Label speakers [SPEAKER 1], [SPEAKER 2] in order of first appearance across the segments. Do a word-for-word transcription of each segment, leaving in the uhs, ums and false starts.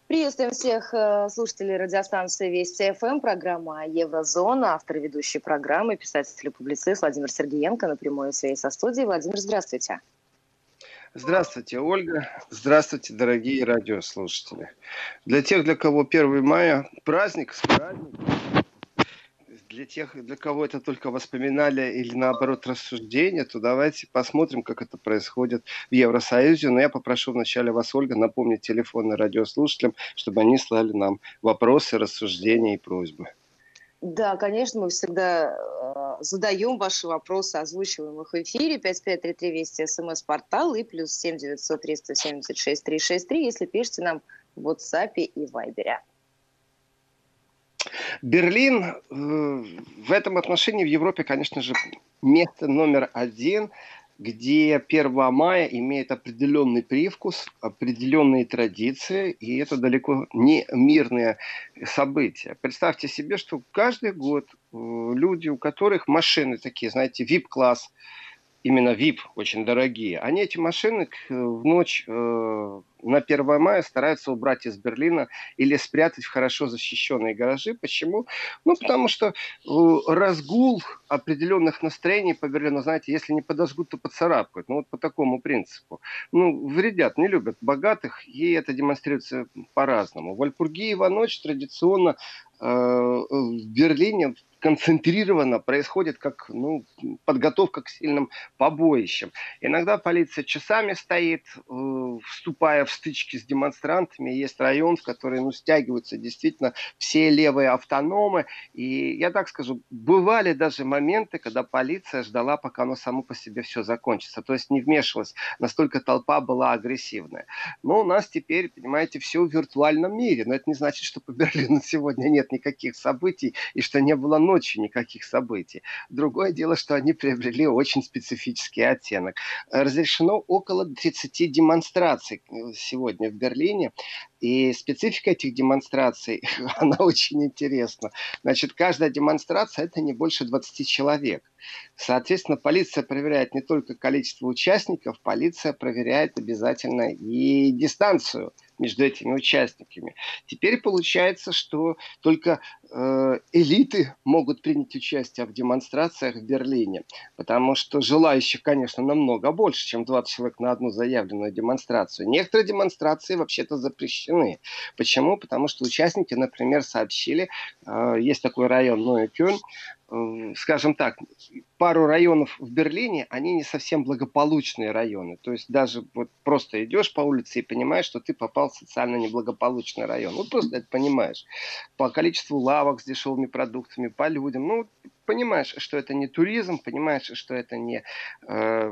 [SPEAKER 1] Приветствуем всех э, слушателей радиостанции Вести ФМ, программа Еврозона, автор ведущей программы, писатель и публицист Владимир Сергеенко на прямой связи со студией. Владимир, здравствуйте.
[SPEAKER 2] Здравствуйте, Ольга. Здравствуйте, дорогие радиослушатели. Для тех, для кого первое мая праздник, с праздником. Для тех, для кого это только воспоминания или наоборот рассуждения, то давайте посмотрим, как это происходит в Евросоюзе. Но я попрошу вначале вас, Ольга, напомнить телефоны радиослушателям, чтобы они слали нам вопросы, рассуждения и просьбы.
[SPEAKER 1] Да, конечно, мы всегда э, задаем ваши вопросы, озвучиваем их в эфире. пять пять три три Вести, смс-портал и плюс семь девятьсот триста семьдесят шесть триста шестьдесят три, если пишете нам в WhatsApp и Вайбере.
[SPEAKER 2] Берлин э, в этом отношении в Европе, конечно же, место номер один, где первое мая имеет определенный привкус, определенные традиции, и это далеко не мирные события. Представьте себе, что каждый год э, люди, у которых машины такие, знаете, ви ай пи-класс, именно ви ай пи, очень дорогие, они эти машины в ночь э, на первое мая стараются убрать из Берлина или спрятать в хорошо защищенные гаражи. Почему? Ну, потому что э, разгул определенных настроений по Берлину, знаете, если не подожгут, то поцарапают. Ну, вот по такому принципу. Ну, вредят, не любят богатых, и это демонстрируется по-разному. Вальпургиева ночь традиционно э, в Берлине концентрированно происходит как ну, подготовка к сильным побоищам. Иногда полиция часами стоит, э, вступая в стычки с демонстрантами. Есть район, в который ну, стягиваются действительно все левые автономы. И я так скажу, бывали даже моменты, когда полиция ждала, пока оно само по себе все закончится. То есть не вмешивалась. Настолько толпа была агрессивная. Но у нас теперь, понимаете, все в виртуальном мире. Но это не значит, что по Берлину сегодня нет никаких событий и что не было ночью никаких событий. Другое дело, что они приобрели очень специфический оттенок. Разрешено около тридцати демонстраций сегодня в Берлине. И специфика этих демонстраций, она очень интересна. Значит, каждая демонстрация – это не больше двадцати человек. Соответственно, полиция проверяет не только количество участников, полиция проверяет обязательно и дистанцию между этими участниками. Теперь получается, что только э, элиты могут принять участие в демонстрациях в Берлине, потому что желающих, конечно, намного больше, чем двадцать человек на одну заявленную демонстрацию. Некоторые демонстрации вообще-то запрещены. Почему? Потому что участники, например, сообщили, э, есть такой район Нойекёльн, скажем так, пару районов в Берлине, они не совсем благополучные районы. То есть даже вот просто идешь по улице и понимаешь, что ты попал в социально неблагополучный район. Ну, просто это понимаешь. По количеству лавок с дешевыми продуктами, по людям. Ну, понимаешь, что это не туризм, понимаешь, что это не э,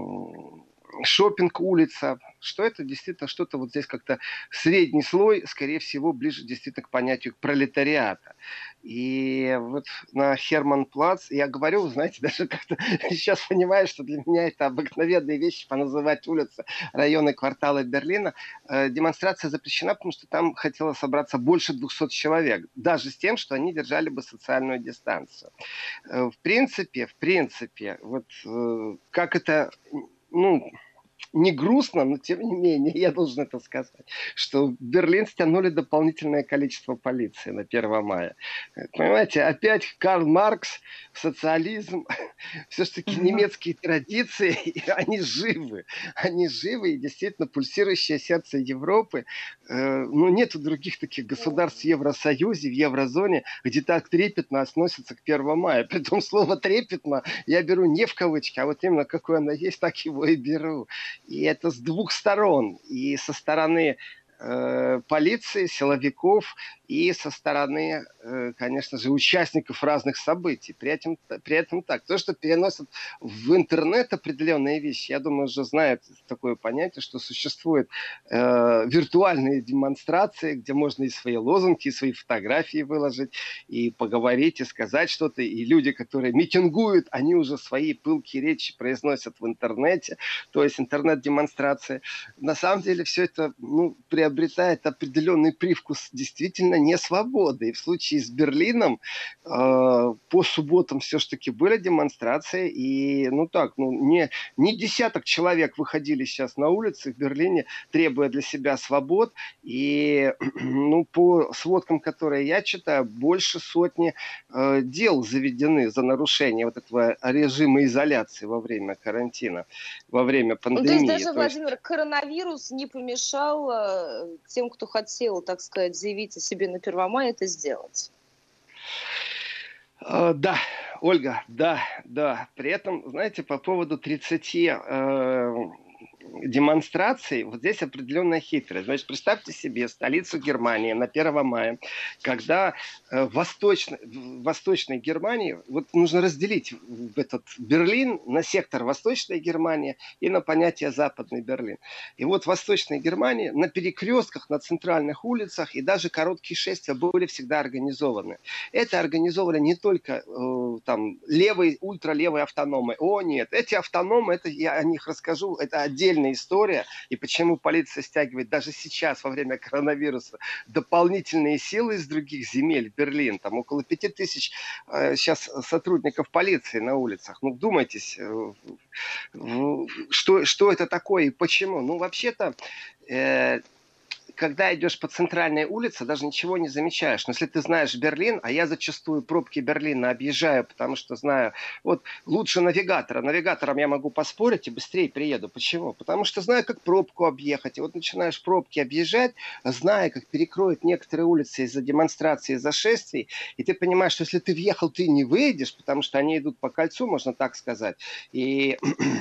[SPEAKER 2] шопинг улица, что это действительно что-то вот здесь как-то средний слой, скорее всего, ближе действительно к понятию пролетариата. И вот на Херманплац я говорю, знаете, даже как-то сейчас понимаю, что для меня это обыкновенные вещи поназывать улицы, районы, кварталы Берлина. Э, демонстрация запрещена, потому что там хотело собраться больше двухсот человек, даже с тем, что они держали бы социальную дистанцию. Э, в принципе, в принципе, вот э, как это, ну... не грустно, но тем не менее, я должен это сказать, что в Берлин стянули дополнительное количество полиции на первое мая. Понимаете, опять Карл Маркс, социализм, все-таки немецкие традиции, они живы. Они живы, и действительно пульсирующее сердце Европы. Ну, нету других таких государств в Евросоюзе, в Еврозоне, где так трепетно относятся к первому мая. Притом слово «трепетно» я беру не в кавычки, а вот именно какое оно есть, так его и беру. И это с двух сторон. И со стороны э, полиции, силовиков, и со стороны, э, конечно же, участников разных событий. При этом, при этом так. То, что переносят в интернет определенные вещи, я думаю, уже знают такое понятие, что существуют э, виртуальные демонстрации, где можно и свои лозунги, и свои фотографии выложить, и поговорить, и сказать что-то. И люди, которые митингуют, они уже свои пылкие речи произносят в интернете. То есть интернет-демонстрации. На самом деле все это ну, приобретает определенный привкус действительно не свободы. И в случае с Берлином э, по субботам все-таки были демонстрации, и, ну так, ну, не, не десяток человек выходили сейчас на улицы в Берлине, требуя для себя свобод, и, ну, по сводкам, которые я читаю, больше сотни э, дел заведены за нарушение вот этого режима изоляции во время карантина, во время пандемии.
[SPEAKER 1] Ну, то есть даже,
[SPEAKER 2] то
[SPEAKER 1] Владимир,
[SPEAKER 2] есть...
[SPEAKER 1] коронавирус не помешал э, тем, кто хотел, так сказать, заявить о себе на Первомай, это сделать?
[SPEAKER 2] Uh, да, Ольга, да, да. При этом, знаете, по поводу тридцати э, демонстраций, вот здесь определенная хитрость. Значит, представьте себе столицу Германии на первое мая, когда э, в, восточной, в Восточной Германии, вот нужно разделить этот Берлин на сектор Восточной Германии и на понятие Западный Берлин. И вот в Восточной Германии на перекрестках, на центральных улицах и даже короткие шествия были всегда организованы. Это организовали не только э, там левые, ультралевые автономы. О, нет, эти автономы, это я о них расскажу, это отдельная история, и почему полиция стягивает даже сейчас, во время коронавируса, дополнительные силы из других земель в Берлин. Там около пяти тысяч э, сейчас сотрудников полиции на улицах. Ну, вдумайтесь, э, э, что, что это такое и почему. Ну, вообще-то... Э, когда идешь по центральной улице, даже ничего не замечаешь. Но если ты знаешь Берлин, а я зачастую пробки Берлина объезжаю, потому что знаю, вот лучше навигатора. Навигатором я могу поспорить и быстрее приеду. Почему? Потому что знаю, как пробку объехать. И вот начинаешь пробки объезжать, зная, как перекроют некоторые улицы из-за демонстраций, из-за шествий, и ты понимаешь, что если ты въехал, ты не выйдешь, потому что они идут по кольцу, можно так сказать. И...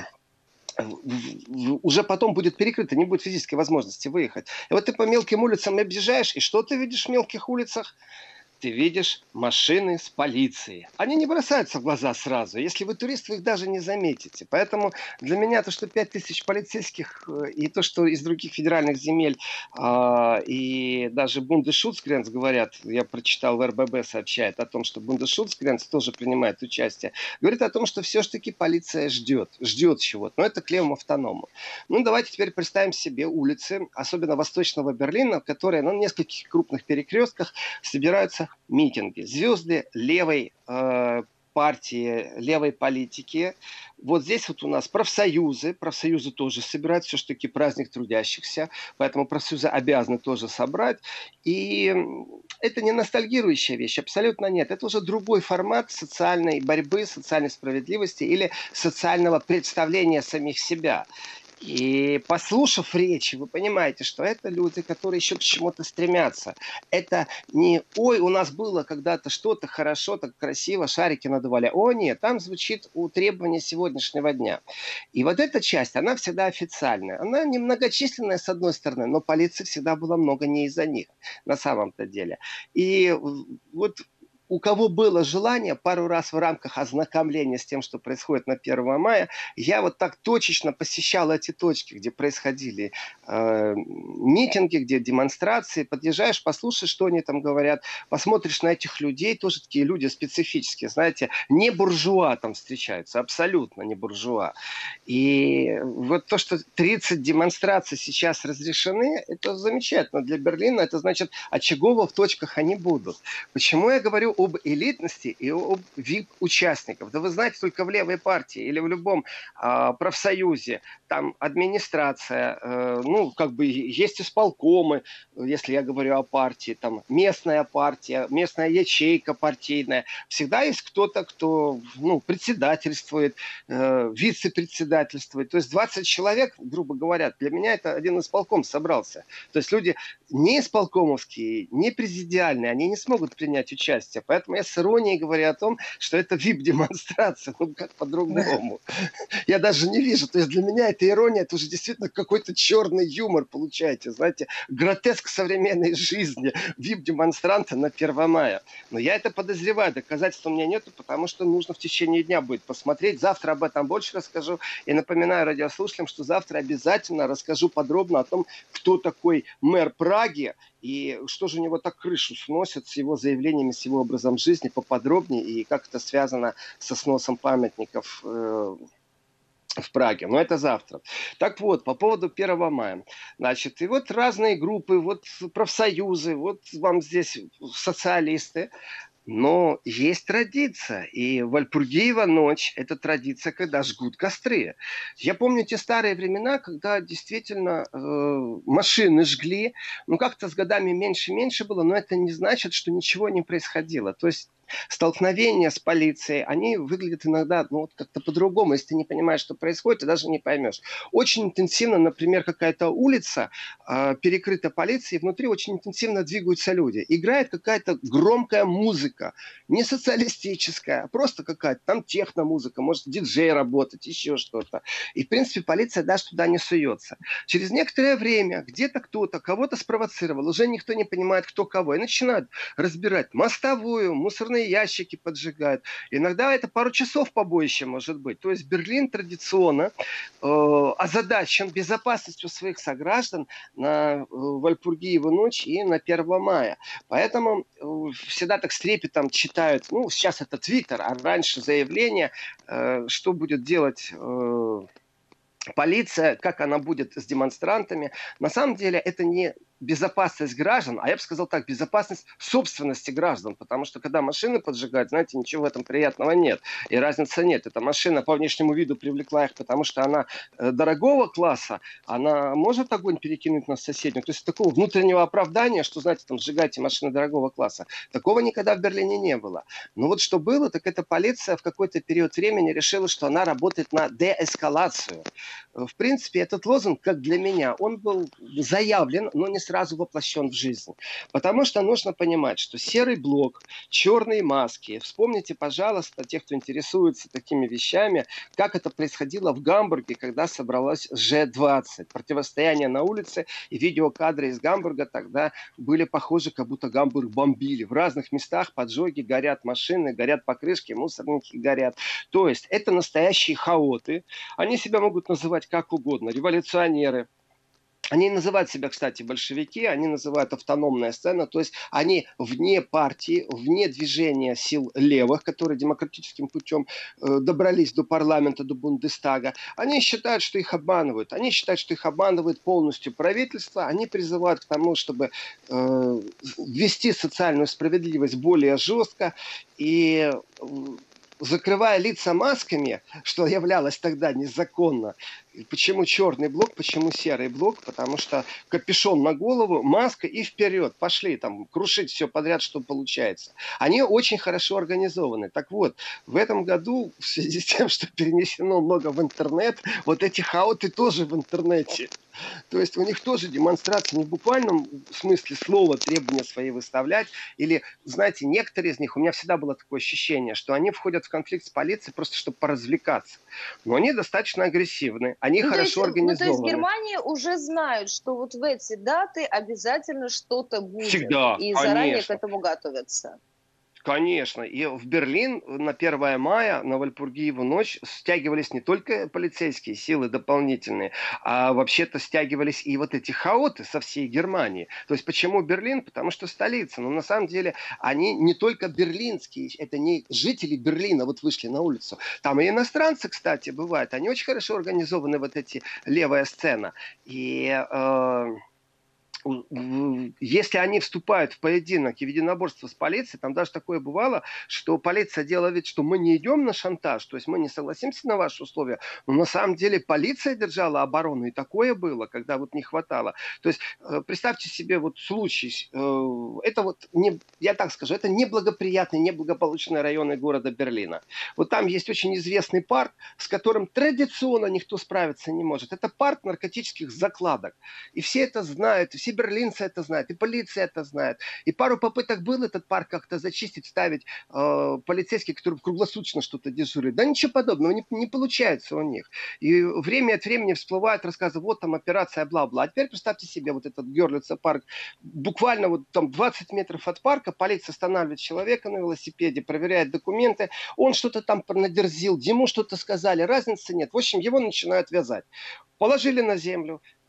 [SPEAKER 2] уже потом будет перекрыто, не будет физической возможности выехать. И вот ты по мелким улицам объезжаешь, и что ты видишь в мелких улицах? Ты видишь машины с полицией. Они не бросаются в глаза сразу. Если вы турист, вы их даже не заметите. Поэтому для меня то, что пять тысяч полицейских, и то, что из других федеральных земель, и даже Бундесшуцгренц говорят, я прочитал в эр бэ бэ, сообщает о том, что Бундесшуцгренц тоже принимает участие, говорит о том, что все-таки полиция ждет, ждет чего-то. Но это к левым автономам. Ну, давайте теперь представим себе улицы, особенно восточного Берлина, которые на нескольких крупных перекрестках собираются митинги. Звезды левой э, партии, левой политики. Вот здесь вот у нас профсоюзы. Профсоюзы тоже собирают. Все-таки праздник трудящихся. Поэтому профсоюзы обязаны тоже собрать. И это не ностальгирующая вещь. Абсолютно нет. Это уже другой формат социальной борьбы, социальной справедливости или социального представления самих себя. И послушав речи, вы понимаете, что это люди, которые еще к чему-то стремятся. Это не «ой, у нас было когда-то что-то хорошо, так красиво, шарики надували». О, нет, там звучит у требования сегодняшнего дня. И вот эта часть, она всегда официальная. Она немногочисленная, с одной стороны, но полиции всегда было много не из-за них, на самом-то деле. И вот... У кого было желание пару раз в рамках ознакомления с тем, что происходит на первое мая, я вот так точечно посещал эти точки, где происходили э, митинги, где демонстрации. Подъезжаешь, послушаешь, что они там говорят, посмотришь на этих людей, тоже такие люди специфические, знаете, не буржуа там встречаются, абсолютно не буржуа. И вот то, что тридцать демонстраций сейчас разрешены, это замечательно для Берлина, это значит, очагово в точках они будут. Почему я говорю об элитности и об ви ай пи-участников. Да вы знаете, только в левой партии или в любом э, профсоюзе там администрация, э, ну, как бы есть исполкомы, если я говорю о партии, там местная партия, местная ячейка партийная. Всегда есть кто-то, кто, ну, председательствует, э, вице-председательствует. То есть двадцать человек, грубо говоря, для меня это один исполком собрался. То есть люди не исполкомовские, не президиальные, они не смогут принять участие. Поэтому я с иронией говорю о том, что это ви ай пи-демонстрация. Ну, как по-другому? Я даже не вижу. То есть для меня эта ирония, это уже действительно какой-то черный юмор, получаете. Знаете, гротеск современной жизни. ви ай пи-демонстранты на первое мая. Но я это подозреваю. Доказательств у меня нету, потому что нужно в течение дня будет посмотреть. Завтра об этом больше расскажу. И напоминаю радиослушателям, что завтра обязательно расскажу подробно о том, кто такой мэр Праги, и что же у него так крышу сносит с его заявлениями, с его образом жизни поподробнее, и как это связано со сносом памятников э, в Праге, но это завтра. Так вот, по поводу первого мая. Значит, и вот разные группы, вот профсоюзы, вот вам здесь социалисты, но есть традиция, и Вальпургиева ночь – это традиция, когда жгут костры. Я помню те старые времена, когда действительно э, машины жгли, ну как-то с годами меньше-меньше было, но это не значит, что ничего не происходило. То есть столкновения с полицией, они выглядят иногда ну, вот как-то по-другому. Если ты не понимаешь, что происходит, ты даже не поймешь. Очень интенсивно, например, какая-то улица э, перекрыта полицией, внутри очень интенсивно двигаются люди. Играет какая-то громкая музыка, не социалистическая, а просто какая-то там техномузыка, может диджей работать, еще что-то. И, в принципе, полиция даже туда не суется. Через некоторое время где-то кто-то кого-то спровоцировал, уже никто не понимает, кто кого, и начинают разбирать мостовую, мусорные ящики поджигают. Иногда это пару часов побоище может быть. То есть Берлин традиционно э, озадачен безопасностью своих сограждан на э, Вальпургиеву ночь и на первое мая. Поэтому э, всегда так с трепетом читают, ну, сейчас это Твиттер, а раньше заявление, э, что будет делать э, полиция, как она будет с демонстрантами. На самом деле это не безопасность граждан, а я бы сказал так, безопасность собственности граждан, потому что когда машины поджигают, знаете, ничего в этом приятного нет, и разницы нет. Эта машина по внешнему виду привлекла их, потому что она э, дорогого класса, она может огонь перекинуть на соседнюю, то есть такого внутреннего оправдания, что, знаете, там сжигайте машины дорогого класса, такого никогда в Берлине не было. Но вот что было, так это полиция в какой-то период времени решила, что она работает на деэскалацию. В принципе, этот лозунг, как для меня, он был заявлен, но не сразу воплощен в жизнь. Потому что нужно понимать, что серый блок, черные маски. Вспомните, пожалуйста, тех, кто интересуется такими вещами, как это происходило в Гамбурге, когда собралась Ж двадцать. Противостояние на улице и видеокадры из Гамбурга тогда были похожи, как будто Гамбург бомбили. В разных местах поджоги, горят машины, горят покрышки, мусорники горят. То есть это настоящие хаоты. Они себя могут называть как угодно. Революционеры. Они называют себя, кстати, большевики, они называют автономная сцена, то есть они вне партии, вне движения сил левых, которые демократическим путем э, добрались до парламента, до Бундестага. Они считают, что их обманывают. Они считают, что их обманывает полностью правительство. Они призывают к тому, чтобы э, ввести социальную справедливость более жестко и... Э, закрывая лица масками, что являлось тогда незаконно. Почему черный блок, почему серый блок? Потому что капюшон на голову, маска и вперед. Пошли там крушить все подряд, что получается. Они очень хорошо организованы. Так вот, в этом году, в связи с тем, что перенесено много в интернет, вот эти хаоты тоже в интернете. То есть у них тоже демонстрация не в буквальном смысле слова, требования свои выставлять. Или, знаете, некоторые из них, у меня всегда было такое ощущение, что они входят в конфликт с полицией просто, чтобы поразвлекаться. Но они достаточно агрессивны, они
[SPEAKER 1] ну,
[SPEAKER 2] хорошо
[SPEAKER 1] то есть,
[SPEAKER 2] организованы.
[SPEAKER 1] Ну, то есть в Германии уже знают, что вот в эти даты обязательно что-то будет.
[SPEAKER 2] Всегда,
[SPEAKER 1] и
[SPEAKER 2] конечно.
[SPEAKER 1] Заранее к этому готовятся.
[SPEAKER 2] Конечно. И в Берлин на первое мая, на Вальпургиеву ночь, стягивались не только полицейские силы дополнительные, а вообще-то стягивались и вот эти хаоты со всей Германии. То есть почему Берлин? Потому что столица. Но на самом деле они не только берлинские, это не жители Берлина вот вышли на улицу. Там и иностранцы, кстати, бывают. Они очень хорошо организованы, вот эти левая сцена. И... Э- если они вступают в поединок и в единоборство с полицией, там даже такое бывало, что полиция делала вид, что мы не идем на шантаж, то есть мы не согласимся на ваши условия, но на самом деле полиция держала оборону, и такое было, когда вот не хватало. То есть представьте себе вот случай, это вот, не, я так скажу, это неблагоприятные, неблагополучные районы города Берлина. Вот там есть очень известный парк, с которым традиционно никто справиться не может. Это парк наркотических закладок. И все это знают, и все берлинцы это знают, и полиция это знает. И пару попыток было этот парк как-то зачистить, ставить э, полицейские, которые круглосуточно что-то дежурят. Да ничего подобного, не, не получается у них. И время от времени всплывают рассказы, вот там операция бла-бла. А теперь представьте себе вот этот Гёрлица парк. Буквально вот там двадцать метров от парка полиция останавливает человека на велосипеде, проверяет документы. Он что-то там надерзил, ему что-то сказали, разницы нет. В общем, его начинают вязать. Положили на землю.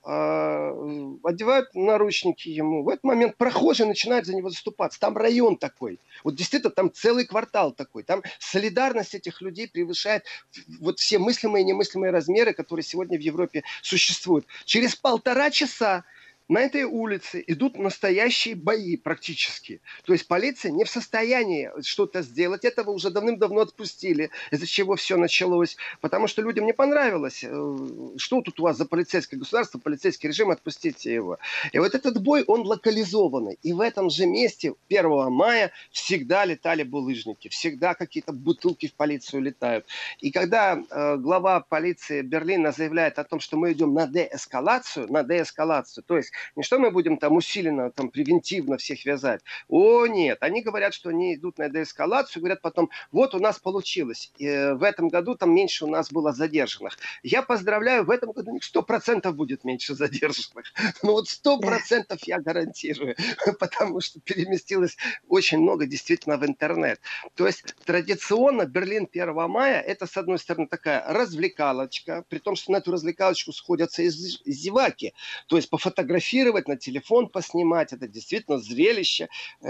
[SPEAKER 2] э, одевают наручники ему. В этот момент прохожие начинают за него заступаться. Там район такой. Вот действительно, там целый квартал такой. Там солидарность этих людей превышает вот все мыслимые и немыслимые размеры, которые сегодня в Европе существуют. Через полтора часа на этой улице идут настоящие бои практически. То есть полиция не в состоянии что-то сделать. Этого уже давным-давно отпустили, из-за чего все началось. Потому что людям не понравилось, что тут у вас за полицейское государство, полицейский режим, отпустите его. И вот этот бой, он локализованный. И в этом же месте первого мая всегда летали булыжники, всегда какие-то бутылки в полицию летают. И когда э, глава полиции Берлина заявляет о том, что мы идем на деэскалацию, на деэскалацию, то есть не что мы будем там усиленно, там, превентивно всех вязать. О, нет. Они говорят, что они идут на деэскалацию, говорят потом, вот у нас получилось. И в этом году там меньше у нас было задержанных. Я поздравляю, в этом году сто процентов будет меньше задержанных. Ну вот сто процентов я гарантирую. Потому что переместилось очень много действительно в интернет. То есть традиционно Берлин первого мая это, с одной стороны, такая развлекалочка, при том, что на эту развлекалочку сходятся из зеваки. То есть пофотографировать, на телефон поснимать, это действительно зрелище.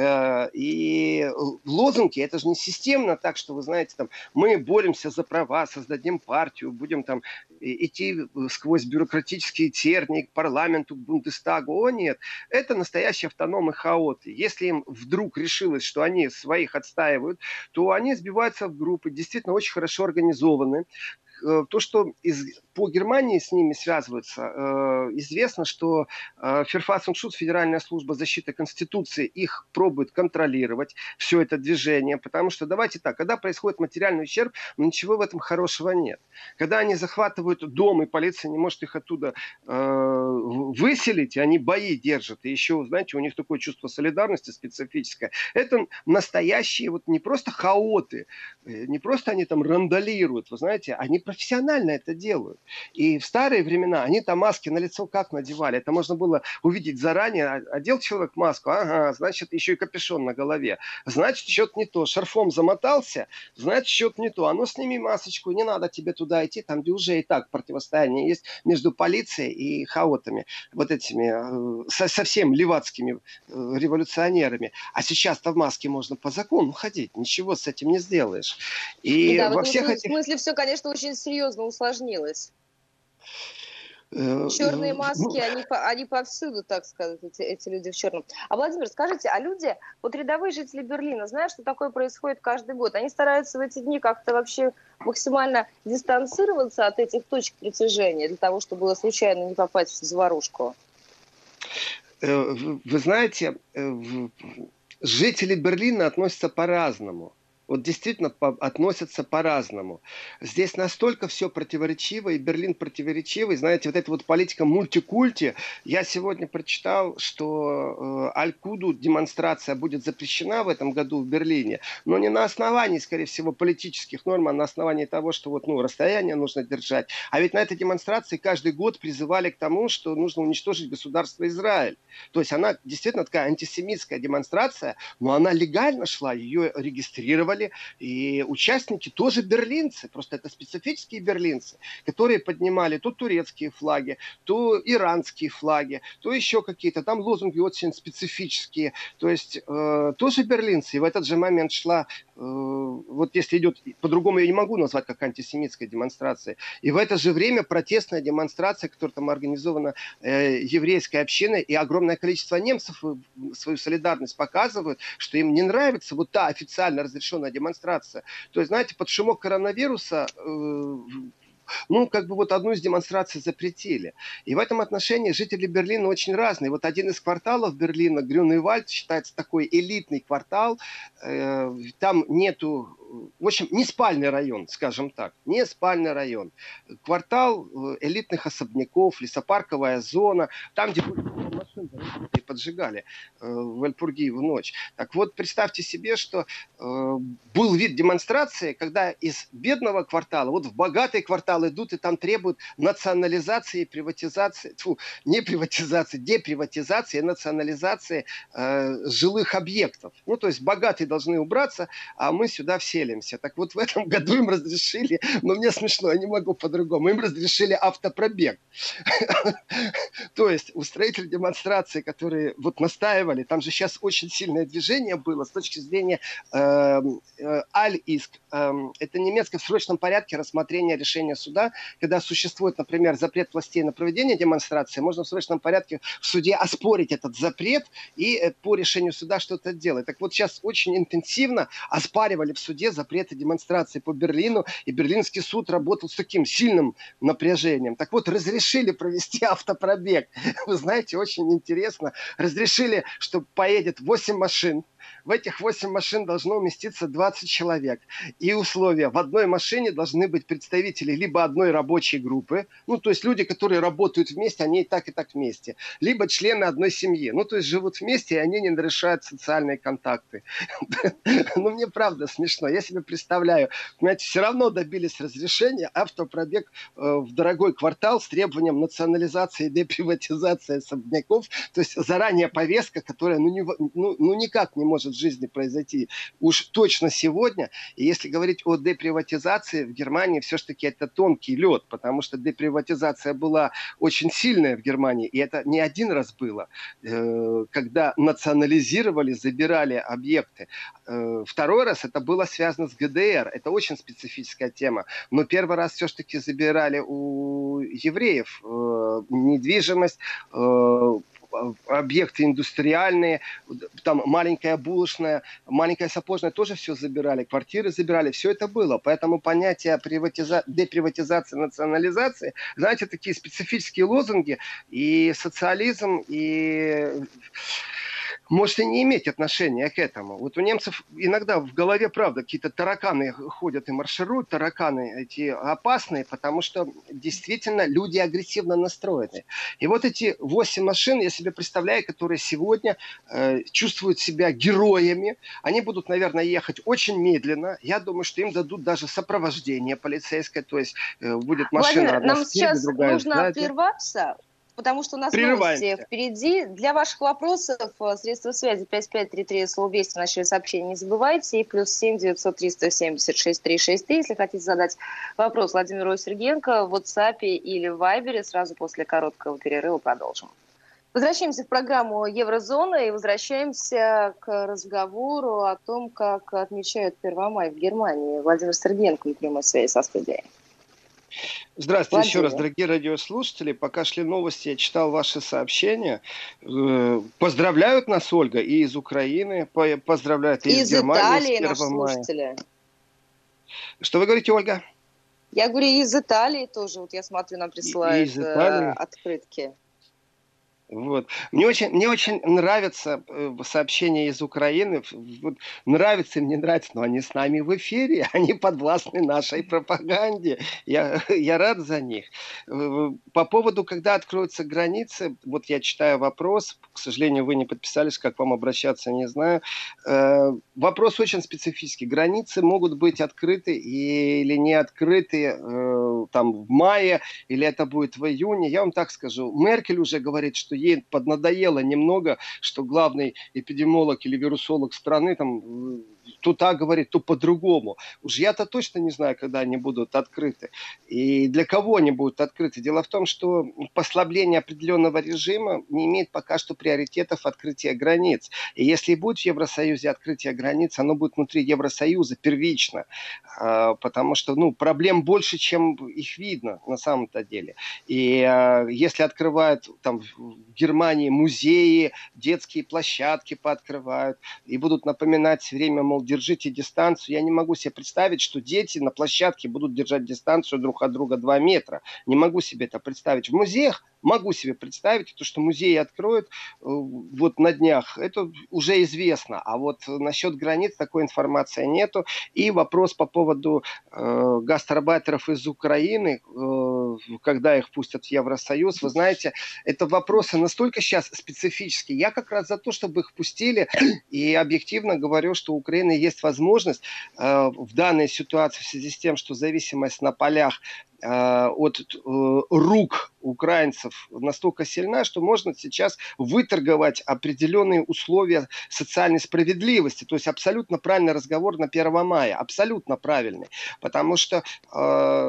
[SPEAKER 2] И лозунги, это же не системно так, что вы знаете, там, мы боремся за права, создадим партию, будем там идти сквозь бюрократические тернии к парламенту, к Бундестагу. О, нет. Это настоящие автономы хаоты. Если им вдруг решилось, что они своих отстаивают, то они сбиваются в группы, действительно очень хорошо организованы. То, что из, по Германии с ними связываются, э, известно, что э, Verfassungsschutz, Федеральная служба защиты Конституции, их пробует контролировать, все это движение, потому что, давайте так, когда происходит материальный ущерб, ничего в этом хорошего нет. Когда они захватывают дом, и полиция не может их оттуда э, выселить, и они бои держат, и еще, знаете, у них такое чувство солидарности специфическое, это настоящие вот не просто хаоты, не просто они там рандалируют, вы знаете, они профессионально это делают. И в старые времена они там маски на лицо как надевали? Это можно было увидеть заранее. Одел человек маску, ага, значит, еще и капюшон на голове. Значит, что-то не то. Шарфом замотался, значит, что-то не то. А ну, сними масочку, не надо тебе туда идти, там, где уже и так противостояние есть между полицией и хаотами, вот этими со, совсем левацкими революционерами. А сейчас-то в маске можно по закону ходить, ничего с этим не сделаешь. И
[SPEAKER 1] да,
[SPEAKER 2] во
[SPEAKER 1] в
[SPEAKER 2] всех
[SPEAKER 1] этом
[SPEAKER 2] этих...
[SPEAKER 1] смысле все, конечно, очень серьезно усложнилось. Черные маски, они, они повсюду, так сказать, эти, эти люди в черном. А, Владимир, скажите, а люди, вот рядовые жители Берлина, знают, что такое происходит каждый год? Они стараются в эти дни как-то вообще максимально дистанцироваться от этих точек притяжения, для того, чтобы случайно не попасть в заварушку?
[SPEAKER 2] Вы знаете, жители Берлина относятся по-разному. Вот действительно по- относятся по-разному. Здесь настолько все противоречиво, и Берлин противоречивый. Знаете, вот эта вот политика мультикульти. Я сегодня прочитал, что э, Аль-Куду демонстрация будет запрещена в этом году в Берлине, но не на основании, скорее всего, политических норм, а на основании того, что вот, ну, расстояние нужно держать. А ведь на этой демонстрации каждый год призывали к тому, что нужно уничтожить государство Израиль. То есть она действительно такая антисемитская демонстрация, но она легально шла, ее регистрировали. И участники тоже берлинцы, просто это специфические берлинцы, которые поднимали то турецкие флаги, то иранские флаги, то еще какие-то, там лозунги очень специфические, то есть э, тоже берлинцы. И в этот же момент шла, э, вот если идет, по-другому я не могу назвать, как антисемитская демонстрация, и в это же время протестная демонстрация, которая там организована э, еврейской общиной, и огромное количество немцев свою солидарность показывают, что им не нравится вот та официально разрешенная демонстрация. То есть, знаете, под шумок коронавируса э, ну, как бы вот одну из демонстраций запретили. И в этом отношении жители Берлина очень разные. Вот один из кварталов Берлина, Грюневальд, считается такой элитный квартал. Э, там нету... В общем, не спальный район, скажем так. Не спальный район. Квартал элитных особняков, лесопарковая зона. Там, где машин поджигали э, в Эль-Пургиеву ночь. Так вот, представьте себе, что э, был вид демонстрации, когда из бедного квартала, вот в богатый квартал идут и там требуют национализации и приватизации, тьфу, не приватизации, деприватизации и национализации э, жилых объектов. Ну, то есть богатые должны убраться, а мы сюда вселимся. Так вот, в этом году им разрешили, но мне смешно, я не могу по-другому, им разрешили автопробег. То есть устроители демонстрации, которые вот настаивали, там же сейчас очень сильное движение было с точки зрения э, э, аль-иск. Э, это немецкое в срочном порядке рассмотрение решения суда, когда существует, например, запрет властей на проведение демонстрации, можно в срочном порядке в суде оспорить этот запрет и э, по решению суда что-то делать. Так вот сейчас очень интенсивно оспаривали в суде запреты демонстрации по Берлину, и Берлинский суд работал с таким сильным напряжением. Так вот, разрешили провести автопробег. Вы знаете, очень интересно. Разрешили, что поедет восемь машин. В этих восемь машин должно уместиться двадцать человек. И условия. В одной машине должны быть представители либо одной рабочей группы, ну, то есть люди, которые работают вместе, они и так, и так вместе. Либо члены одной семьи. Ну, то есть живут вместе, и они не нарушают социальные контакты. Ну, мне правда смешно. Я себе представляю, понимаете, все равно добились разрешения автопробег в дорогой квартал с требованием национализации и деприватизации особняков. То есть заранее повестка, которая ну, не, ну, ну никак не может в жизни произойти уж точно сегодня. И если говорить о деприватизации, в Германии все-таки это тонкий лед, потому что деприватизация была очень сильная в Германии, и это не один раз было, когда национализировали, забирали объекты. Второй раз это было связано с ГДР. Это очень специфическая тема. Но первый раз все-таки забирали у евреев недвижимость, объекты индустриальные, там маленькая булочная, маленькая сапожная, тоже все забирали, квартиры забирали, все это было. Поэтому понятие приватиза... деприватизации, национализации, знаете, такие специфические лозунги, и социализм, и может и не иметь отношения к этому. Вот у немцев иногда в голове, правда, какие-то тараканы ходят и маршируют, тараканы эти опасные, потому что действительно люди агрессивно настроены. И вот эти восемь машин, я себе представляю, которые сегодня э, чувствуют себя героями, они будут, наверное, ехать очень медленно. Я думаю, что им дадут даже сопровождение полицейское, то есть э, будет машина
[SPEAKER 1] Владимир,
[SPEAKER 2] одна
[SPEAKER 1] нам
[SPEAKER 2] спереди,
[SPEAKER 1] сейчас
[SPEAKER 2] другая
[SPEAKER 1] нужно
[SPEAKER 2] сзади.
[SPEAKER 1] прерваться, потому что у нас новости впереди. Для ваших вопросов средства связи пять пять три три, слово «Вести» в начале сообщения не забывайте. И плюс семь девятьсот триста семьдесят шесть триста шестьдесят три. Если хотите задать вопрос Владимиру Сергеенко в WhatsApp или в Viber, сразу после короткого перерыва продолжим. Возвращаемся в программу «Еврозона» и возвращаемся к разговору о том, как отмечают Первомай в Германии. Владимир Сергеенко на прямой связи со студией.
[SPEAKER 2] Здравствуйте Владимир. Еще раз, дорогие радиослушатели. Пока шли новости, я читал ваши сообщения. Поздравляют нас, Ольга, и из Украины, поздравляют и из, из Германии.
[SPEAKER 1] Из Италии наши слушатели.
[SPEAKER 2] Что вы говорите, Ольга?
[SPEAKER 1] Я говорю, из Италии тоже. Вот я смотрю, нам присылают из Италии. Открытки.
[SPEAKER 2] Вот. Мне очень, мне очень нравятся сообщения из Украины. Вот, нравится им, не нравится, но они с нами в эфире, они подвластны нашей пропаганде. Я, я рад за них. По поводу, когда откроются границы, вот я читаю вопрос, к сожалению, вы не подписались, как вам обращаться, не знаю. Вопрос очень специфический. Границы могут быть открыты или не открыты там, в мае, или это будет в июне. Я вам так скажу. Меркель уже говорит, что ей поднадоело немного, что главный эпидемиолог или вирусолог страны там то так говорит, то по-другому. Уж я-то точно не знаю, когда они будут открыты. И для кого они будут открыты. Дело в том, что послабление определенного режима не имеет пока что приоритетов открытия границ. И если будет в Евросоюзе открытие границ, оно будет внутри Евросоюза первично. Потому что ну, проблем больше, чем их видно на самом-то деле. И если открывают там, в Германии музеи, детские площадки пооткрывают и будут напоминать все время, мол, держите дистанцию. Я не могу себе представить, что дети на площадке будут держать дистанцию друг от друга два метра. Не могу себе это представить. В музеях могу себе представить, то, что музеи откроют вот на днях. Это уже известно. А вот насчет границ такой информации нету. И вопрос по поводу э, гастарбайтеров из Украины. Э, когда их пустят в Евросоюз. Вы знаете, это вопросы настолько сейчас специфические. Я как раз за то, чтобы их пустили, и объективно говорю, что у Украины есть возможность э, в данной ситуации в связи с тем, что зависимость на полях э, от э, рук украинцев настолько сильна, что можно сейчас выторговать определенные условия социальной справедливости. То есть абсолютно правильный разговор на первое мая. Абсолютно правильный. Потому что э,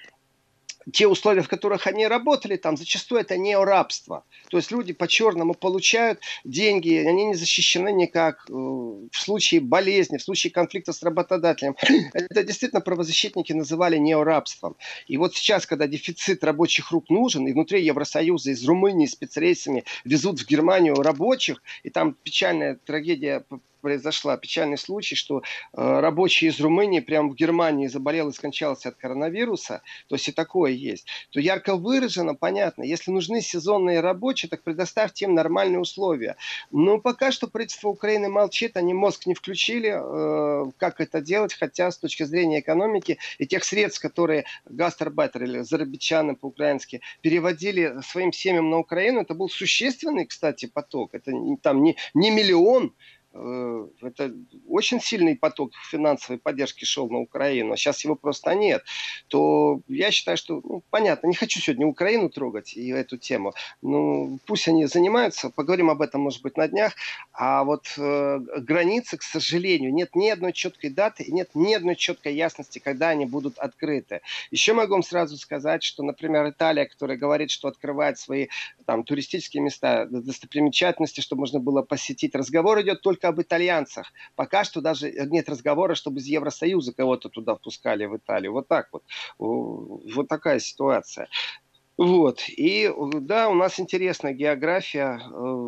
[SPEAKER 2] те условия, в которых они работали, там зачастую это не рабство. То есть люди по-черному получают деньги, они не защищены никак э, в случае болезни, в случае конфликта с работодателем. Это действительно правозащитники называли неорабством. И вот сейчас, когда дефицит рабочих рук нужен, и внутри Евросоюза из Румынии спецрейсами везут в Германию рабочих, и там печальная трагедия произошла, печальный случай, что э, рабочий из Румынии прямо в Германии заболел и скончался от коронавируса, то есть и такое есть, то ярко выражено, понятно, если нужны сезонные рабочие, так предоставьте им нормальные условия. Но пока что правительство Украины молчит, они мозг не включили, э, как это делать, хотя с точки зрения экономики и тех средств, которые гастарбайтеры или зарабичаны по-украински переводили своим семьям на Украину, это был существенный, кстати, поток, это там не, не миллион. Это очень сильный поток финансовой поддержки шел на Украину, а сейчас его просто нет, то я считаю, что, ну, понятно, не хочу сегодня Украину трогать и эту тему, ну, пусть они занимаются, поговорим об этом, может быть, на днях, а вот э, границы, к сожалению, нет ни одной четкой даты, нет ни одной четкой ясности, когда они будут открыты. Еще могу вам сразу сказать, что, например, Италия, которая говорит, что открывает свои там туристические места, достопримечательности, чтобы можно было посетить, разговор идет только об итальянцах. Пока что даже нет разговора, чтобы из Евросоюза кого-то туда впускали в Италию. Вот так вот. Вот такая ситуация. Вот. И да, у нас интересная география.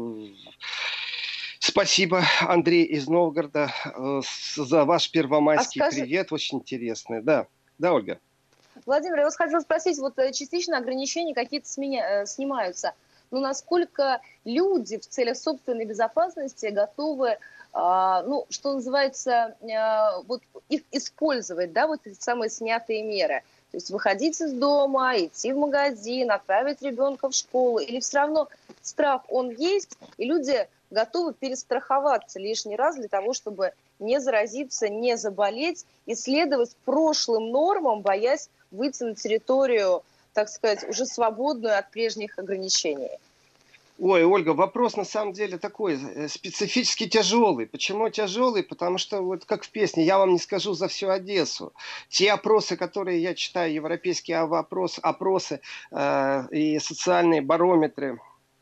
[SPEAKER 2] Спасибо, Андрей из Новгорода, за ваш первомайский а скажи... привет. Очень интересный. Да, да, Ольга.
[SPEAKER 1] Владимир, я вас хотела спросить, вот частично ограничения какие-то сменя... снимаются. Но насколько люди в целях собственной безопасности готовы, а, ну, что называется, а, вот их использовать, да, вот эти самые снятые меры. То есть выходить из дома, идти в магазин, отправить ребенка в школу. Или все равно страх, он есть, и люди готовы перестраховаться лишний раз для того, чтобы не заразиться, не заболеть, и следовать прошлым нормам, боясь выйти на территорию, так сказать, уже свободную от прежних ограничений.
[SPEAKER 2] Ой, Ольга, вопрос на самом деле такой специфически тяжелый. Почему тяжелый? Потому что, вот как в песне, я вам не скажу за всю Одессу. Те опросы, которые я читаю, европейские опросы, опросы э, и социальные барометры,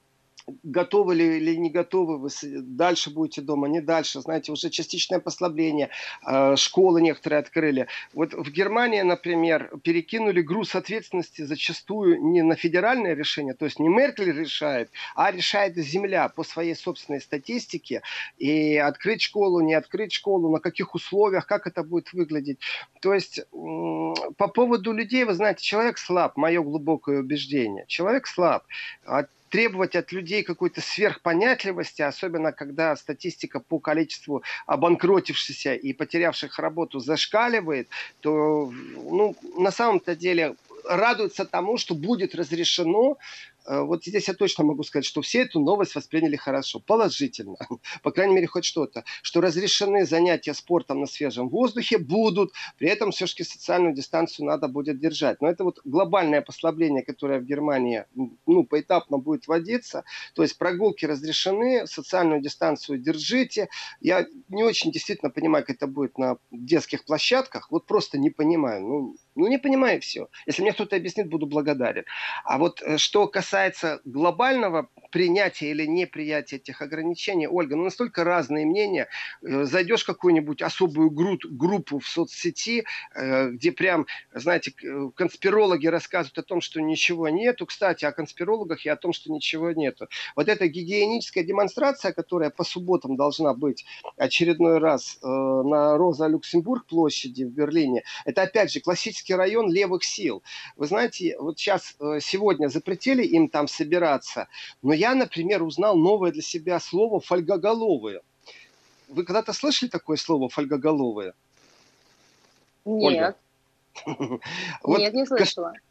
[SPEAKER 2] готовы ли или не готовы вы, дальше будете дома, не дальше, знаете, уже частичное послабление, школы некоторые открыли. Вот в Германии, например, перекинули груз ответственности зачастую не на федеральное решение, то есть не Меркель решает, а решает земля по своей собственной статистике, и открыть школу, не открыть школу, на каких условиях, как это будет выглядеть. То есть по поводу людей, вы знаете, человек слаб, мое глубокое убеждение, человек слаб. Требовать от людей какой-то сверхпонятливости, особенно когда статистика по количеству обанкротившихся и потерявших работу зашкаливает, то, ну, на самом-то деле радуется тому, что будет разрешено. Вот здесь я точно могу сказать, что все эту новость восприняли хорошо, положительно. По крайней мере, хоть что-то. Что разрешены занятия спортом на свежем воздухе будут. При этом все-таки социальную дистанцию надо будет держать. Но это вот глобальное послабление, которое в Германии, ну, поэтапно будет вводиться. То есть прогулки разрешены, социальную дистанцию держите. Я не очень действительно понимаю, как это будет на детских площадках. Вот просто не понимаю. Ну, ну не понимаю все. Если мне кто-то объяснит, буду благодарен. А вот что касается глобального принятия или неприятия этих ограничений, Ольга, ну настолько разные мнения. Зайдешь в какую-нибудь особую группу в соцсети, где прям, знаете, конспирологи рассказывают о том, что ничего нету. Кстати, о конспирологах и о том, что ничего нету. Вот эта гигиеническая демонстрация, которая по субботам должна быть очередной раз на Роза-Люксембург площади в Берлине, это опять же классический район левых сил. Вы знаете, вот сейчас, сегодня запретили им там собираться, но я, например, узнал новое для себя слово «фольгоголовые». Вы когда-то слышали такое слово «фольгоголовые»?
[SPEAKER 1] Нет. Нет, не слышала.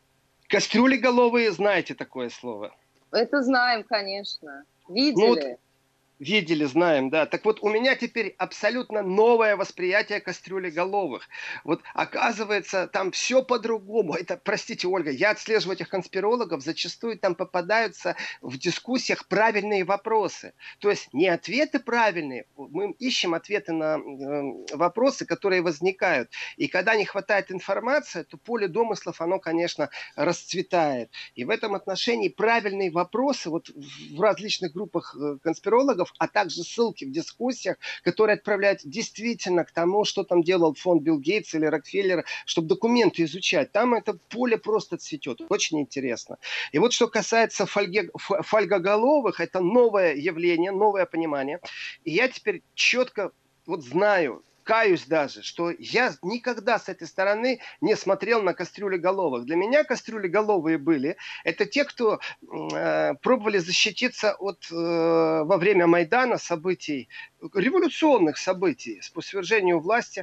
[SPEAKER 2] Кастрюлеголовые, знаете такое слово?
[SPEAKER 1] Это знаем, конечно.
[SPEAKER 2] Ну вот
[SPEAKER 1] Видели.
[SPEAKER 2] видели, знаем, да. Так вот, у меня теперь абсолютно новое восприятие кастрюлеголовых. Вот оказывается, там все по-другому. Это, простите, Ольга, я отслеживаю этих конспирологов, зачастую там попадаются в дискуссиях правильные вопросы. То есть не ответы правильные, мы ищем ответы на э, вопросы, которые возникают. И когда не хватает информации, то поле домыслов, оно, конечно, расцветает. И в этом отношении правильные вопросы вот в различных группах э, конспирологов, а также ссылки в дискуссиях, которые отправляют действительно к тому, что там делал фонд Билл Гейтс или Рокфеллер, чтобы документы изучать. Там это поле просто цветет. Очень интересно. И вот что касается фольге, фольгоголовых, это новое явление, новое понимание. И я теперь четко вот знаю, каюсь даже, что я никогда с этой стороны не смотрел на кастрюлеголовых. Для меня кастрюлеголовые были, это те, кто э, пробовали защититься от, э, во время Майдана событий, революционных событий по свержению власти, э,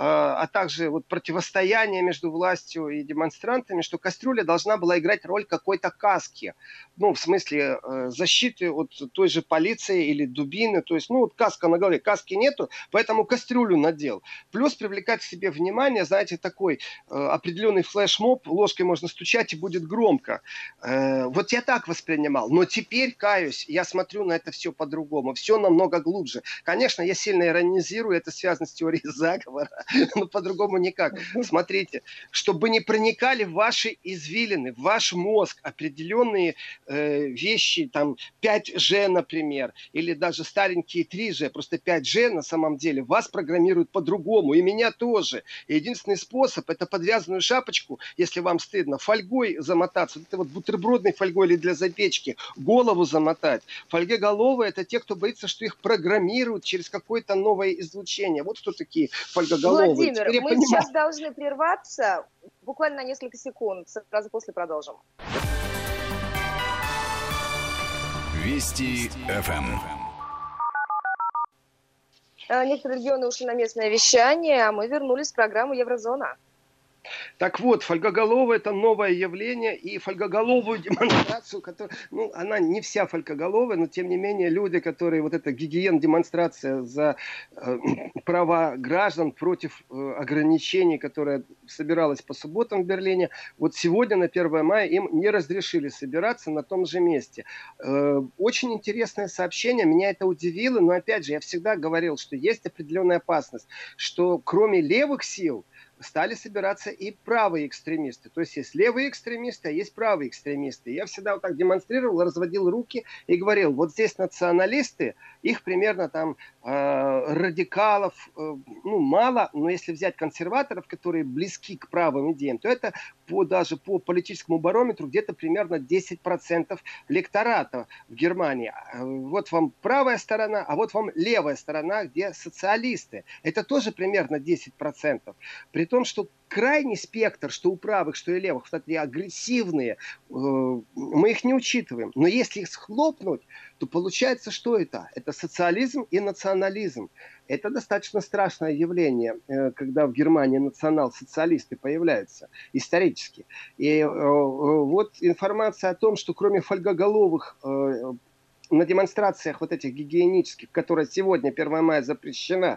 [SPEAKER 2] а также вот противостояние между властью и демонстрантами, что кастрюля должна была играть роль какой-то каски. Ну, в смысле э, защиты от той же полиции или дубины. То есть, ну, вот каска на голове, каски нету, поэтому кастрюлю на надел. Плюс привлекать к себе внимание, знаете, такой э, определенный флешмоб, ложкой можно стучать и будет громко. Э, вот я так воспринимал. Но теперь, каюсь, я смотрю на это все по-другому. Все намного глубже. Конечно, я сильно иронизирую, это связано с теорией заговора, но по-другому никак. Смотрите, чтобы не проникали в ваши извилины, в ваш мозг определенные э, вещи, там пять джи, например, или даже старенькие три джи, просто пять джи на самом деле вас программируют по-другому, и меня тоже. И единственный способ — это подвязанную шапочку, если вам стыдно, фольгой замотаться, вот это вот бутербродной фольгой или для запечки, голову замотать. Фольгоголовые — это те, кто боится, что их программируют через какое-то новое излучение. Вот кто такие фольгоголовые.
[SPEAKER 1] Владимир,
[SPEAKER 2] Теперь
[SPEAKER 1] мы сейчас должны прерваться буквально на несколько секунд, сразу после продолжим.
[SPEAKER 3] Вести эф эм.
[SPEAKER 1] Некоторые регионы ушли на местное вещание, а мы вернулись в программу «Еврозона».
[SPEAKER 2] Так вот, фольгоголовые — это новое явление, и фольгоголовую демонстрацию, которая, ну, она не вся фольгоголовая, но тем не менее люди, которые, вот эта гигиен-демонстрация за э, права граждан против э, ограничений, которая собиралась по субботам в Берлине, вот сегодня на первое мая им не разрешили собираться на том же месте. Э, очень интересное сообщение, меня это удивило, но опять же, я всегда говорил, что есть определенная опасность, что кроме левых сил стали собираться и правые экстремисты. То есть есть левые экстремисты, а есть правые экстремисты. Я всегда вот так демонстрировал, разводил руки и говорил, вот здесь националисты, их примерно там э, радикалов, э, ну, мало, но если взять консерваторов, которые близки к правым идеям, то это по, даже по политическому барометру где-то примерно десять процентов лектората в Германии. Вот вам правая сторона, а вот вам левая сторона, где социалисты. Это тоже примерно десять процентов. При том, что крайний спектр, что у правых, что и левых, кстати, агрессивные, мы их не учитываем. Но если их схлопнуть, то получается, что это? Это социализм и национализм. Это достаточно страшное явление, когда в Германии национал-социалисты появляются исторически. И вот информация о том, что кроме фольгоголовых на демонстрациях вот этих гигиенических, которая сегодня, первое мая, запрещена,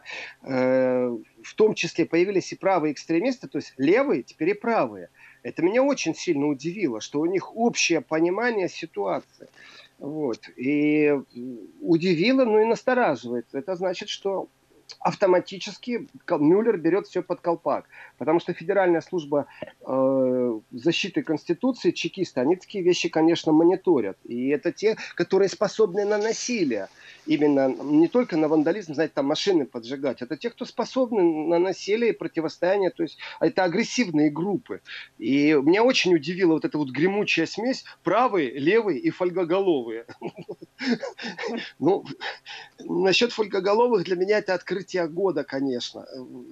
[SPEAKER 2] э, в том числе появились и правые экстремисты, то есть левые, теперь и правые. Это меня очень сильно удивило, что у них общее понимание ситуации. Вот. И удивило, но и настораживает. Это значит, что автоматически Мюллер берет все под колпак. Потому что Федеральная служба э, защиты Конституции, чекисты, они такие вещи, конечно, мониторят. И это те, которые способны на насилие. Именно не только на вандализм, знаете, там машины поджигать. Это те, кто способны на насилие и противостояние. То есть это агрессивные группы. И меня очень удивила вот эта вот гремучая смесь правые, левые и фольгоголовые. Ну, насчет фольгоголовых для меня это открытие открытие года, конечно.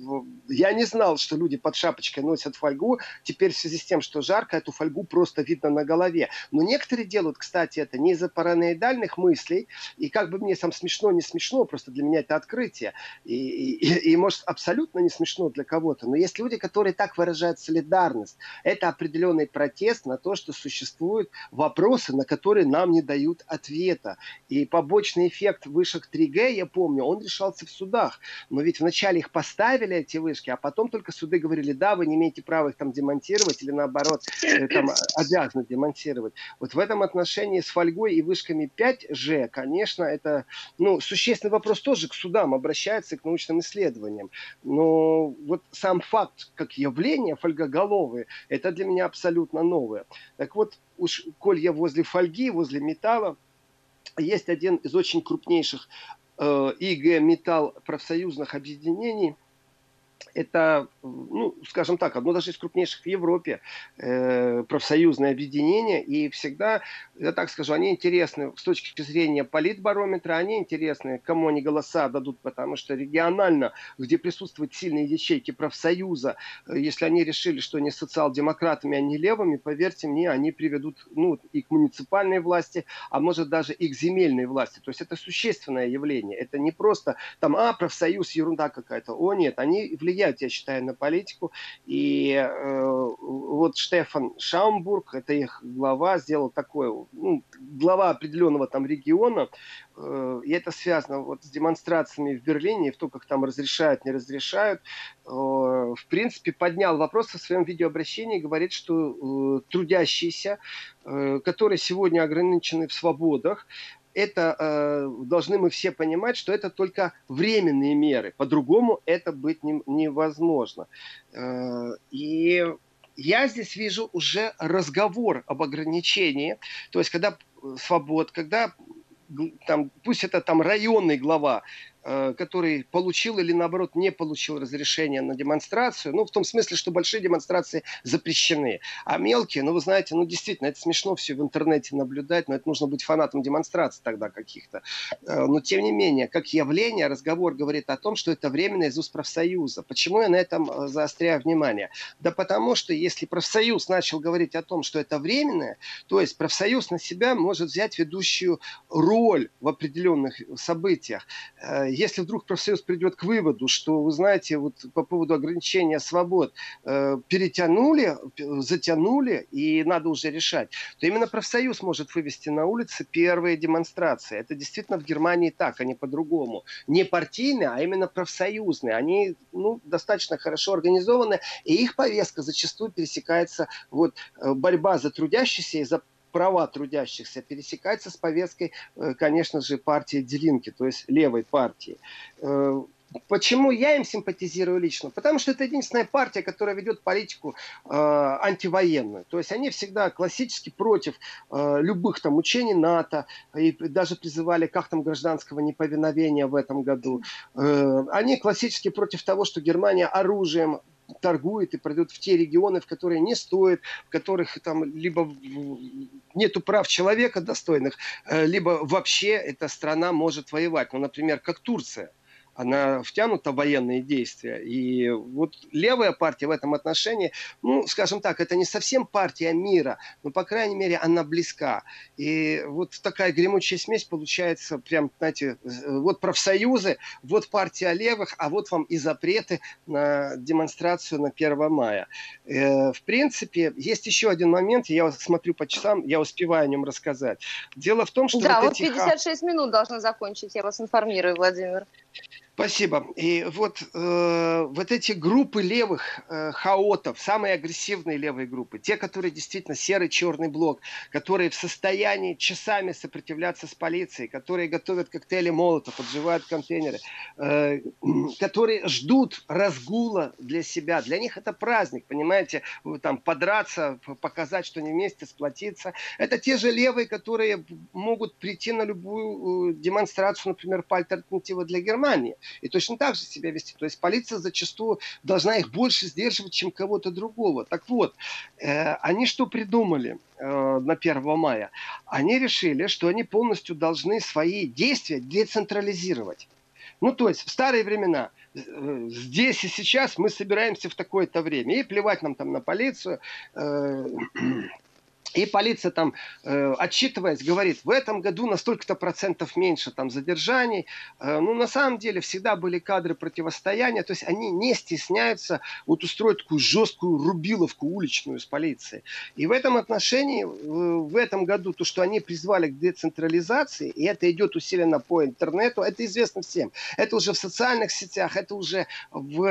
[SPEAKER 2] Я не знал, что люди под шапочкой носят фольгу. Теперь в связи с тем, что жарко, эту фольгу просто видно на голове. Но некоторые делают, кстати, это не из-за параноидальных мыслей. И как бы мне сам смешно, не смешно, просто для меня это открытие. И, и, и может, абсолютно не смешно для кого-то. Но есть люди, которые так выражают солидарность. Это определенный протест на то, что существуют вопросы, на которые нам не дают ответа. И побочный эффект вышек три Г, я помню, он решался в судах. Но ведь вначале их поставили, эти вышки, а потом только суды говорили, да, вы не имеете права их там демонтировать или наоборот, там обязаны демонтировать. Вот в этом отношении с фольгой и вышками пять Ж, конечно, это ну, существенный вопрос тоже к судам, обращается и к научным исследованиям. Но вот сам факт как явление фольгоголовые, это для меня абсолютно новое. Так вот, уж коль я возле фольги, возле металла, есть один из очень крупнейших э, И Г металл профсоюзных объединений. Это, ну, скажем так, одно даже из крупнейших в Европе э, профсоюзное объединение. И всегда, я так скажу, они интересны с точки зрения политбарометра, они интересны, кому они голоса дадут, потому что регионально, где присутствуют сильные ячейки профсоюза, если они решили, что они социал-демократами, а не левыми, поверьте мне, они приведут ну, и к муниципальной власти, а может даже и к земельной власти. То есть это существенное явление. Это не просто там, а, профсоюз, ерунда какая-то. О, нет, они влияют, я считаю, на политику. И э, вот Штефан Шаумбург, это их глава, сделал такое, ну, глава определенного там региона, э, и это связано вот с демонстрациями в Берлине, и в том, как там разрешают, не разрешают, э, в принципе, поднял вопрос в своем видеообращении, говорит, что э, трудящиеся, э, которые сегодня ограничены в свободах, это э, должны мы все понимать, что это только временные меры. По-другому это быть не, невозможно. Э, и я здесь вижу уже разговор об ограничении. То есть, когда свобод, когда там, пусть это там районный глава, который получил или, наоборот, не получил разрешение на демонстрацию. Ну, в том смысле, что большие демонстрации запрещены. А мелкие, ну, вы знаете, ну, действительно, это смешно все в интернете наблюдать, но это нужно быть фанатом демонстраций тогда каких-то. Но, тем не менее, как явление, разговор говорит о том, что это временно из уст профсоюза. Почему я на этом заостряю внимание? Да потому что, если профсоюз начал говорить о том, что это временное, то есть профсоюз на себя может взять ведущую роль в определенных событиях. Если вдруг профсоюз придет к выводу, что, вы знаете, вот по поводу ограничения свобод э, перетянули, затянули, и надо уже решать, то именно профсоюз может вывести на улицы первые демонстрации. Это действительно в Германии так, а не по-другому. Не партийные, а именно профсоюзные. Они ну, достаточно хорошо организованы, и их повестка зачастую пересекается, вот, борьба за трудящихся и за права трудящихся пересекается с повесткой, конечно же, партии Die Linke, то есть левой партии. Почему я им симпатизирую лично? Потому что это единственная партия, которая ведет политику э, антивоенную. То есть они всегда классически против э, любых там учений НАТО, и даже призывали к актам гражданского неповиновения в этом году. Э, они классически против того, что Германия оружием торгует и продает в те регионы, в которые не стоит, в которых там либо нету прав человека достойных, либо вообще эта страна может воевать. Ну, например, как Турция. Она втянута в военные действия. И вот левая партия в этом отношении, ну, скажем так, это не совсем партия мира, но, по крайней мере, она близка. И вот такая гремучая смесь получается, прям, знаете, вот профсоюзы, вот партия левых, а вот вам и запреты на демонстрацию на первое мая. В принципе, есть еще один момент, я смотрю по часам, я успеваю о нем рассказать. Дело в том, что...
[SPEAKER 1] Да,
[SPEAKER 2] вот,
[SPEAKER 1] вот
[SPEAKER 2] эти...
[SPEAKER 1] пятьдесят шесть минут должны закончить, я вас информирую, Владимир.
[SPEAKER 2] Спасибо. И вот, э, вот эти группы левых э, хаотов, самые агрессивные левые группы, те, которые действительно серый черный блок, которые в состоянии часами сопротивляться с полицией, которые готовят коктейли Молотов, поджигают контейнеры, э, которые ждут разгула для себя. Для них это праздник, понимаете, там подраться, показать, что они вместе, сплотиться. Это те же левые, которые могут прийти на любую демонстрацию, например, по альтернативе для Германии. И точно так же себя вести. То есть полиция зачастую должна их больше сдерживать, чем кого-то другого. Так вот, э, они что придумали э, на первое мая? Они решили, что они полностью должны свои действия децентрализировать. Ну, то есть в старые времена, э, здесь и сейчас мы собираемся в такое-то время. И плевать нам там на полицию. э, И полиция там, э, отчитываясь, говорит, в этом году на столько-то процентов меньше там задержаний. Э, ну, на самом деле, всегда были кадры противостояния. То есть они не стесняются вот устроить такую жесткую рубиловку уличную с полицией. И в этом отношении, э, в этом году, то, что они призвали к децентрализации, и это идет усиленно по интернету, это известно всем. Это уже в социальных сетях, это уже в,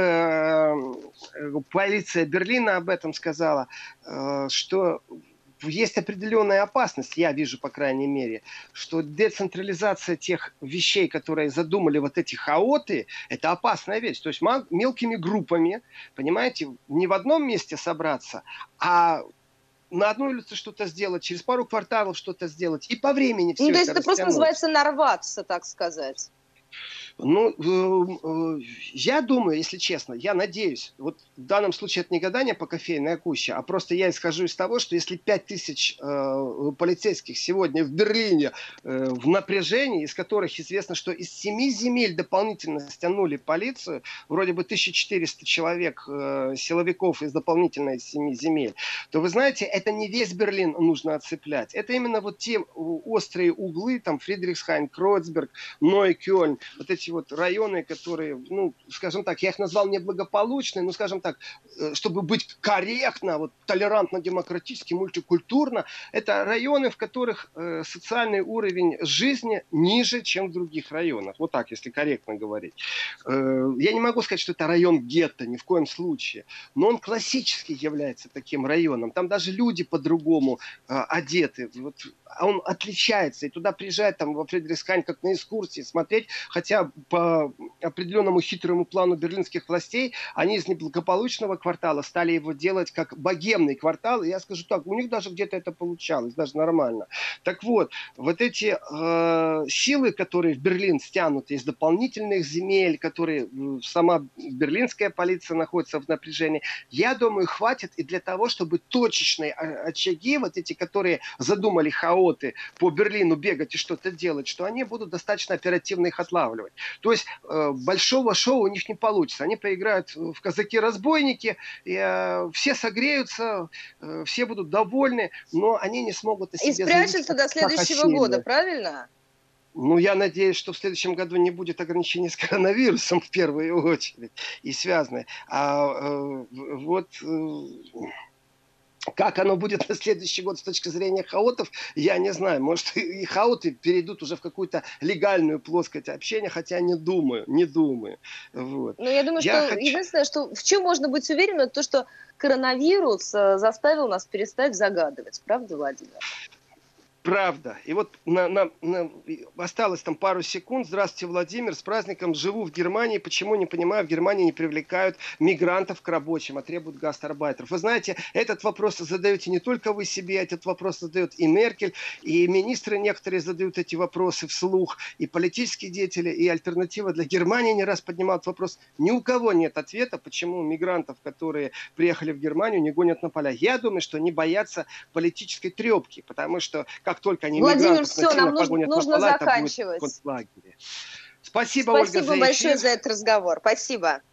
[SPEAKER 2] э, полиция Берлина об этом сказала, э, что... Есть определенная опасность, я вижу, по крайней мере, что децентрализация тех вещей, которые задумали вот эти хаоты, это опасная вещь. То есть мелкими группами, понимаете, не в одном месте собраться, а на одной улице что-то сделать, через пару кварталов что-то сделать, и по времени все
[SPEAKER 1] Ну,
[SPEAKER 2] это
[SPEAKER 1] то есть это просто называется нарваться, так сказать.
[SPEAKER 2] Ну, э, э, я думаю, если честно, я надеюсь, вот в данном случае это не гадание по кофейной гуще, а просто я исхожу из того, что если пять тысяч э, полицейских сегодня в Берлине э, в напряжении, из которых известно, что из семи земель дополнительно стянули полицию, вроде бы тысяча четыреста человек э, силовиков из дополнительно из семи земель, то вы знаете, это не весь Берлин нужно отцеплять. Это именно вот те острые углы, там Фридрихсхайн, Кройцберг, Нойкёльн, вот эти вот районы, которые, ну, скажем так, я их назвал неблагополучные, ну, скажем так, чтобы быть корректно, вот, толерантно-демократически, мультикультурно, это районы, в которых э, социальный уровень жизни ниже, чем в других районах. Вот так, если корректно говорить. Э, я не могу сказать, что это район гетто, ни в коем случае, но он классически является таким районом. Там даже люди по-другому э, одеты. Вот, он отличается, и туда приезжают там, во Фридрихсхайн как на экскурсии смотреть, хотя по определенному хитрому плану берлинских властей они из неблагополучного квартала стали его делать как богемный квартал, и я скажу так, у них даже где-то это получалось, даже нормально. Так вот, вот эти э, силы, которые в Берлин стянуты из дополнительных земель, которые э, сама берлинская полиция находится в напряжении, я думаю, хватит и для того, чтобы точечные очаги, вот эти, которые задумали хаоты по Берлину бегать и что-то делать, что они будут достаточно оперативно их отлавливать. То есть э, большого шоу у них не получится. Они поиграют в казаки-разбойники, и, э, все согреются, э, все будут довольны, но они не смогут о себе
[SPEAKER 1] И спрячутся до следующего года, правильно?
[SPEAKER 2] Ну, я надеюсь, что в следующем году не будет ограничений с коронавирусом в первую очередь и связанные. А э, вот... Э, Как оно будет на следующий год с точки зрения хаотов, я не знаю. Может, и хаоты перейдут уже в какую-то легальную плоскость общения, хотя не думаю, не думаю. Вот.
[SPEAKER 1] Ну, я думаю,
[SPEAKER 2] я
[SPEAKER 1] что
[SPEAKER 2] хочу...
[SPEAKER 1] единственное, что в чем можно быть уверенным, то, что коронавирус заставил нас перестать загадывать. Правда, Владимир?
[SPEAKER 2] Правда. И вот на, на, на, осталось там пару секунд. Здравствуйте, Владимир. С праздником. Живу в Германии. Почему, не понимаю, в Германии не привлекают мигрантов к рабочим, а требуют гастарбайтеров. Вы знаете, этот вопрос задаете не только вы себе, этот вопрос задает и Меркель, и министры некоторые задают эти вопросы вслух, и политические деятели, и Альтернатива для Германии не раз поднимают вопрос. Ни у кого нет ответа, почему мигрантов, которые приехали в Германию, не гонят на поля. Я думаю, что они боятся политической трепки, потому что как только они
[SPEAKER 1] Владимир,
[SPEAKER 2] мигрантов
[SPEAKER 1] все, нам нужно, нужно
[SPEAKER 2] пола,
[SPEAKER 1] заканчивать.
[SPEAKER 2] Спасибо,
[SPEAKER 1] Спасибо
[SPEAKER 2] Ольга, за
[SPEAKER 1] большое
[SPEAKER 2] эфир.
[SPEAKER 1] за этот разговор. Спасибо.